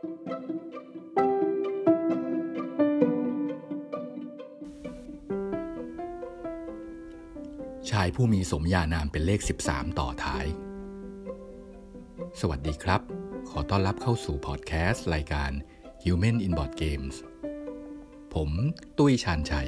ชายผู้มีสมญานามเป็นเลข13ต่อท้ายสวัสดีครับขอต้อนรับเข้าสู่พอดแคสต์รายการ Human in Board Games ผมตุ้ยชาญชัย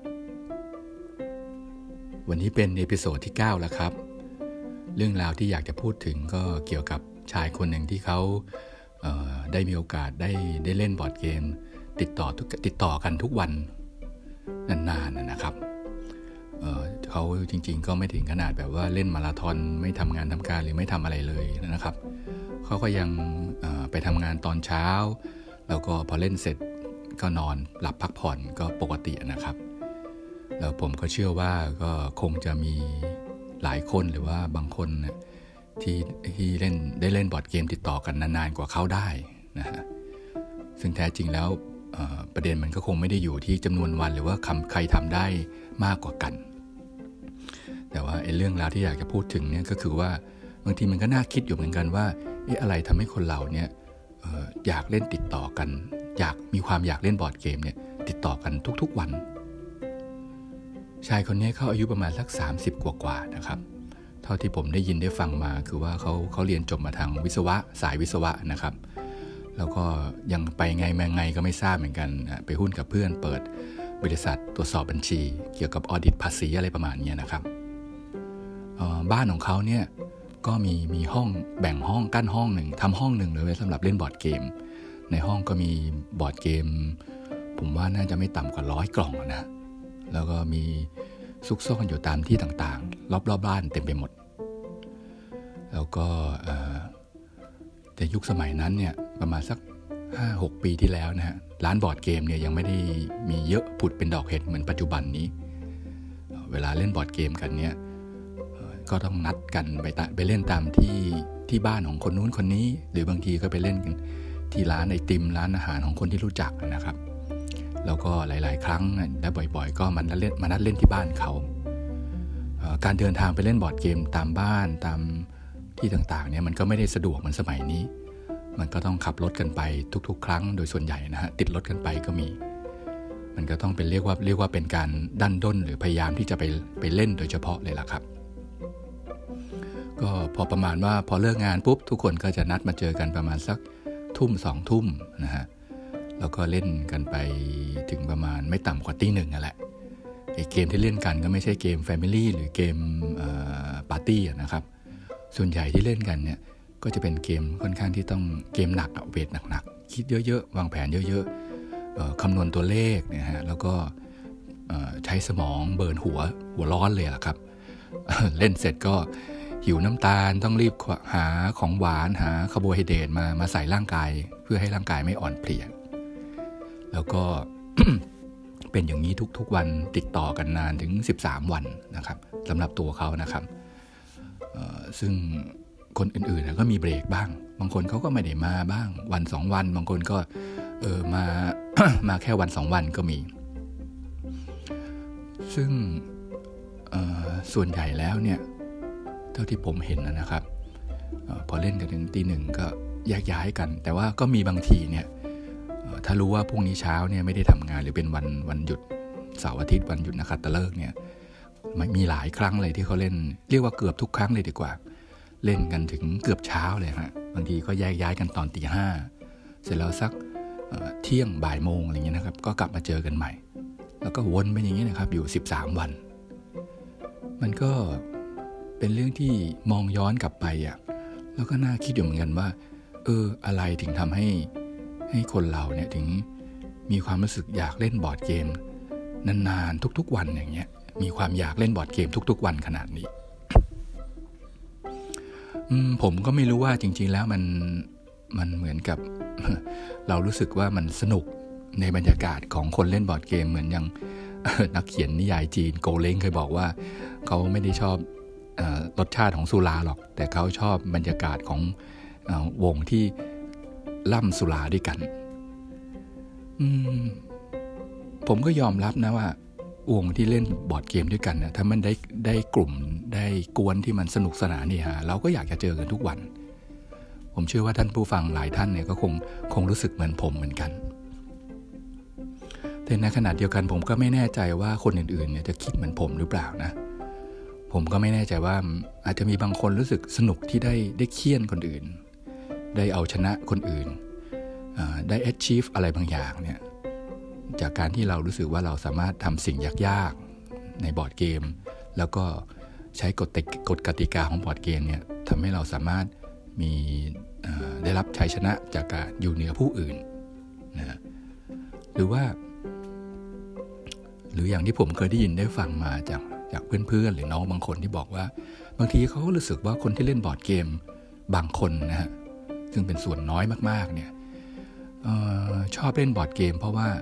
วันนี้เป็นเอพิโซดที่9แล้วครับเรื่องราวที่อยากจะพูดถึงก็เกี่ยวกับชายคนหนึ่งที่เขาได้มีโอกาสได้เล่นบอร์ดเกมติดต่อกันทุกวันนานๆนะครับเขาจริงๆก็ไม่ถึงขนาดแบบว่าเล่นมาราธอนไม่ทำงานทำการหรือไม่ทำอะไรเลยนะครับเขาก็ยังไปทำงานตอนเช้าแล้วก็พอเล่นเสร็จก็นอนหลับพักผ่อนก็ปกตินะครับแล้วผมก็เชื่อว่าก็คงจะมีหลายคนหรือว่าบางคนที่ได้เล่นบอร์ดเกมติดต่อกันนานๆกว่าเขาได้นะฮะซึ่งแท้จริงแล้วประเด็นมันก็คงไม่ได้อยู่ที่จำนวนวันหรือว่าใครทำได้มากกว่ากันแต่ว่าเรื่องราวที่อยากจะพูดถึงเนี่ยก็คือว่าบางทีมันก็น่าคิดอยู่เหมือนกันว่าอะไรทำให้คนเราเนี่ยอยากเล่นติดต่อกันมีความอยากเล่นบอร์ดเกมเนี่ยติดต่อกันทุกๆวันชายคนนี้เขาอายุประมาณสัก30กว่านะครับเท่าที่ผมได้ยินได้ฟังมาคือว่าเขาเรียนจบมาทางวิศวะสายวิศวะนะครับแล้วก็ยังไปไงมาไงก็ไม่ทราบเหมือนกันไปหุ้นกับเพื่อนเปิดบริษัทตรวจสอบบัญชีเกี่ยวกับออดิตภาษีอะไรประมาณนี้นะครับบ้านของเขาเนี่ยก็มีห้องแบ่งห้องกั้นห้องหนึ่งทำห้องหนึ่งเลยไว้สำหรับเล่นบอร์ดเกมในห้องก็มีบอร์ดเกมผมว่าน่าจะไม่ต่ำกว่า100กล่องนะแล้วก็มีซุกซ่อนอยู่ตามที่ต่างๆรอบบ้านเต็มไปหมดแล้วก็แต่ยุคสมัยนั้นเนี่ยประมาณสัก 5-6 ปีที่แล้วนะฮะร้านบอร์ดเกมเนี่ยยังไม่ได้มีเยอะผุดเป็นดอกเห็ดเหมือนปัจจุบันนี้เวลาเล่นบอร์ดเกมกันเนี่ยก็ต้องนัดกันไปเล่นตามที่บ้านของคนนู้นคนนี้หรือบางทีก็ไปเล่นกันที่ร้านไอติมร้านอาหารของคนที่รู้จักนะครับแล้วก็หลายๆครั้งและบ่อยๆก็มานัดเล่นที่บ้านเขาการเดินทางไปเล่นบอร์ดเกมตามบ้านตามที่ต่างๆเนี่ยมันก็ไม่ได้สะดวกเหมือนสมัยนี้มันก็ต้องขับรถกันไปทุกๆครั้งโดยส่วนใหญ่นะฮะติดรถกันไปก็มีมันก็ต้องเป็นเรียกว่าเป็นการดันด้นหรือพยายามที่จะไปเล่นโดยเฉพาะเลยล่ะครับก็พอประมาณว่าพอเลิกงานปุ๊บทุกคนก็จะนัดมาเจอกันประมาณสักทุ่ม2 ทุ่มนะฮะแล้วก็เล่นกันไปถึงประมาณไม่ต่ำกว่าตี 1นั่นแหละไอ้เกมที่เล่นกันก็ไม่ใช่เกม Family หรือเกมปาร์ตี้นะครับส่วนใหญ่ที่เล่นกันเนี่ยก็จะเป็นเกมค่อนข้างที่ต้องเกมหนักเวทหนักๆคิดเยอะๆวางแผนเยอะๆคำนวณตัวเลขนะฮะแล้วก็ใช้สมองเบิร์นหัวร้อนเลยล่ะครับ เล่นเสร็จก็หิวน้ำตาลต้องรีบหาของหวานหาคาร์โบไฮเดรตมาใส่ร่างกายเพื่อให้ร่างกายไม่อ่อนเพลียแล้วก็ เป็นอย่างนี้ทุกๆวันติดต่อกันนานถึง13วันนะครับสำหรับตัวเขานะครับซึ่งคนอื่นๆก็มีเบรกบ้างบางคนเขาก็ไม่ได้มาบ้างวัน2วันบางคนก็มา มาแค่วัน2วันก็มีซึ่งส่วนใหญ่แล้วเนี่ยเท่าที่ผมเห็นนะครับพอเล่นกันถึงตี 1ก็แยกย้ายกันแต่ว่าก็มีบางทีเนี่ยถ้ารู้ว่าพรุ่งนี้เช้าเนี่ยไม่ได้ทำงานหรือเป็นวันหยุดเสาร์อาทิตย์วันหยุดนักขัตฤกษ์เนี่ยมีหลายครั้งเลยที่เขาเล่นเรียกว่าเกือบทุกครั้งเลยดีกว่าเล่นกันถึงเกือบเช้าเลยฮะบางทีก็แยกย้ายกันตอนตี 5เสร็จแล้วสักเที่ยงบ่ายโมงอะไรเงี้ยนะครับก็กลับมาเจอกันใหม่แล้วก็วนไปอย่างนี้นะครับอยู่13วันมันก็เป็นเรื่องที่มองย้อนกลับไปแล้วก็น่าคิดอยู่เหมือนกันว่าอะไรถึงทำให้คนเราเนี่ยถึงมีความรู้สึกอยากเล่นบอร์ดเกมนานๆทุกๆวันอย่างเงี้ยมีความอยากเล่นบอร์ดเกมทุกๆวันขนาดนี้ ผมก็ไม่รู้ว่าจริงๆแล้วมันเหมือนกับ เรารู้สึกว่ามันสนุกในบรรยากาศของคนเล่นบอร์ดเกมเหมือนอย่าง นักเขียนนิยายจีนโกเล้งเคยบอกว่าเขาไม่ได้ชอบรสชาติของสุราหรอกแต่เขาชอบบรรยากาศของวงที่ล่ำสุราด้วยกันผมก็ยอมรับนะว่าวงที่เล่นบอร์ดเกมด้วยกันนะถ้ามันได้กลุ่มได้กวนที่มันสนุกสนานนี่ฮะเราก็อยากจะเจอกันทุกวันผผมเชื่อว่าท่านผู้ฟังหลายท่านเนี่ยก็คงรู้สึกเหมือนผมเหมือนกันแต่ในขณะเดียวกันผมก็ไม่แน่ใจว่าคนอื่นๆเนี่ยจะคิดเหมือนผมหรือเปล่านะผมก็ไม่แน่ใจว่าอาจจะมีบางคนรู้สึกสนุกที่ได้เคี่ยนคนอื่นได้เอาชนะคนอื่นได้ achieve อะไรบางอย่างเนี่ยจากการที่เรารู้สึกว่าเราสามารถทำสิ่งยากๆในบอร์ดเกมแล้วก็ใช้กฎกติกาของบอร์ดเกมเนี่ยทำให้เราสามารถได้รับชัยชนะจากการอยู่เหนือผู้อื่นนะหรืออย่างที่ผมเคยได้ยินได้ฟังมาจากเพื่อนๆหรือน้องบางคนที่บอกว่าบางทีเขาก็รู้สึกว่าคนที่เล่นบอร์ดเกมบางคนนะฮะซึ่งเป็นส่วนน้อยมากๆเนี่ยชอบเล่นบอร์ดเกมเพราะว่า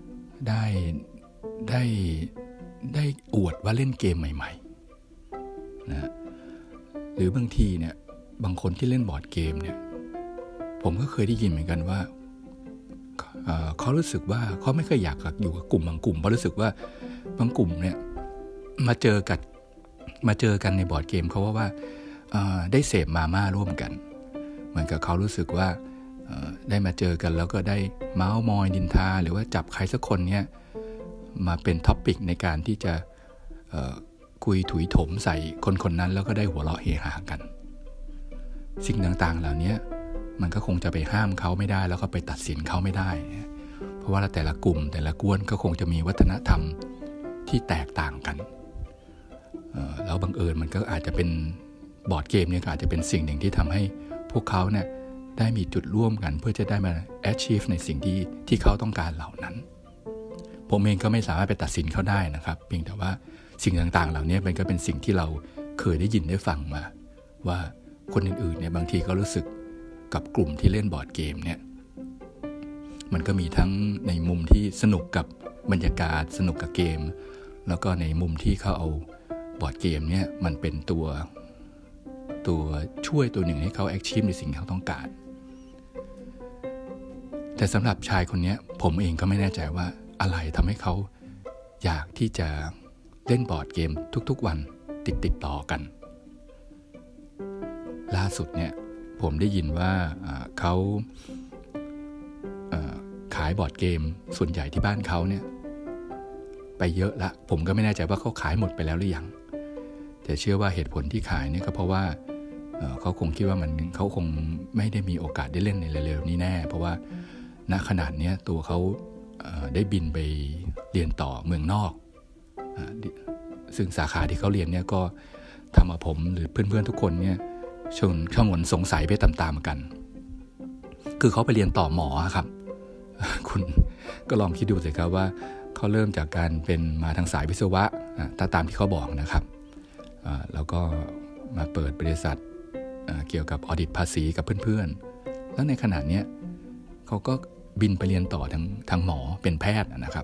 ได้อวดว่าเล่นเกมใหม่ๆนะหรือบางทีเนี่ยบางคนที่เล่นบอร์ดเกมเนี่ยผมก็เคยได้ยินเหมือนกันว่าเขารู้สึกว่าเขาไม่เคยอยากอยู่กับกลุ่มบางกลุ่มเพราะรู้สึกว่าบางกลุ่มเนี่ยมาเจอกันในบอร์ดเกมเขาว่าได้เสพมาม่าร่วมกันเหมือนกับเขารู้สึกว่าได้มาเจอกันแล้วก็ได้เม้ามอยนินทาหรือว่าจับใครสักคนเนี่ยมาเป็นท็อปปิกในการที่จะคุยถุยถมใส่คนนั้นแล้วก็ได้หัวเราะเฮฮากันสิ่งต่างๆเหล่านี้มันก็คงจะไปห้ามเขาไม่ได้แล้วก็ไปตัดสินเขาไม่ได้เพราะว่าแต่ละกลุ่มแต่ละกวนก็คงจะมีวัฒนธรรมที่แตกต่างกันแล้วบังเอิญมันก็อาจจะเป็นบอร์ดเกมเนี่ยอาจจะเป็นสิ่งหนึ่งที่ทำให้พวกเขาเนี่ยได้มีจุดร่วมกันเพื่อจะได้มา achieve ในสิ่งที่เขาต้องการเหล่านั้นผมเองก็ไม่สามารถไปตัดสินเขาได้นะครับเพียงแต่ว่าสิ่งต่างๆเหล่านี้มันก็เป็นสิ่งที่เราเคยได้ยินได้ฟังมาว่าคนอื่นๆเนี่ยบางทีก็รู้สึกกับกลุ่มที่เล่นบอร์ดเกมเนี่ยมันก็มีทั้งในมุมที่สนุกกับบรรยากาศสนุกกับเกมแล้วก็ในมุมที่เขาเอาบอร์ดเกมเนี่ยมันเป็นตัวช่วยตัวหนึ่งให้เขา achieve ในสิ่งที่เขาต้องการแต่สำหรับชายคนนี้ผมเองก็ไม่แน่ใจว่าอะไรทำให้เขาอยากที่จะเล่นบอร์ดเกมทุกๆวันติดต่อกันล่าสุดเนี่ยผมได้ยินว่าเขาขายบอร์ดเกมส่วนใหญ่ที่บ้านเขาเนี่ยไปเยอะละผมก็ไม่แน่ใจว่าเขาขายหมดไปแล้วหรือยังแต่เชื่อว่าเหตุผลที่ขายเนี่ยก็เพราะว่าเขาคงคิดว่าเขาคงไม่ได้มีโอกาสได้เล่นในเร็วๆนี้แน่เพราะว่าณขนาดนี้ตัวเขาได้บินไปเรียนต่อเมืองนอกซึ่งสาขาที่เขาเรียนเนี่ยก็ทำให้ผมหรือเพื่อนๆทุกคนเนี่ยชงนสงสัยไปตามๆกันคือเขาไปเรียนต่อหมอครับคุณก็ลองคิดดูสิครับว่าเขาเริ่มจากการเป็นมาทางสายวิศวะตามที่เขาบอกนะครับแล้วก็มาเปิดบริษัทเกี่ยวกับออดิตภาษีกับเพื่อนๆแล้วในขณะนี้เขาก็บินไปเรียนต่อทางหมอเป็นแพทย์นะครับ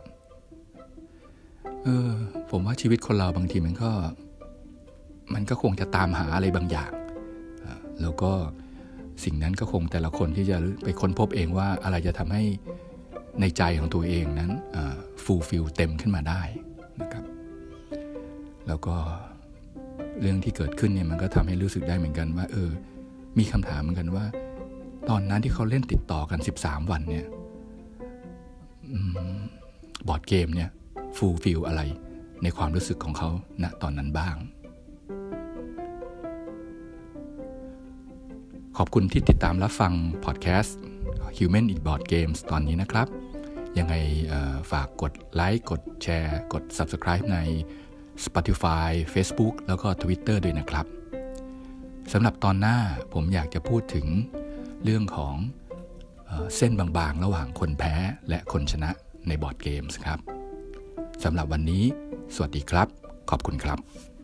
ผมว่าชีวิตคนเราบางทีมันก็คงจะตามหาอะไรบางอย่างแล้วก็สิ่งนั้นก็คงแต่ละคนที่จะไปค้นพบเองว่าอะไรจะทำให้ในใจของตัวเองนั้นfulfill เต็มขึ้นมาได้นะครับแล้วก็เรื่องที่เกิดขึ้นเนี่ยมันก็ทำให้รู้สึกได้เหมือนกันว่ามีคำถามเหมือนกันว่าตอนนั้นที่เขาเล่นติดต่อกัน13วันเนี่ยบอร์ดเกมเนี่ยfulfill อะไรในความรู้สึกของเขาณตอนนั้นบ้างขอบคุณที่ติดตามรับฟังพอดแคสต์ Human in Board Games ตอนนี้นะครับยังไงฝากกดไลค์กดแชร์กด Subscribe ใน Spotify Facebook แล้วก็ Twitter ด้วยนะครับสำหรับตอนหน้าผมอยากจะพูดถึงเรื่องของเส้นบางๆระหว่างคนแพ้และคนชนะในบอร์ดเกมส์ครับสำหรับวันนี้สวัสดีครับขอบคุณครับ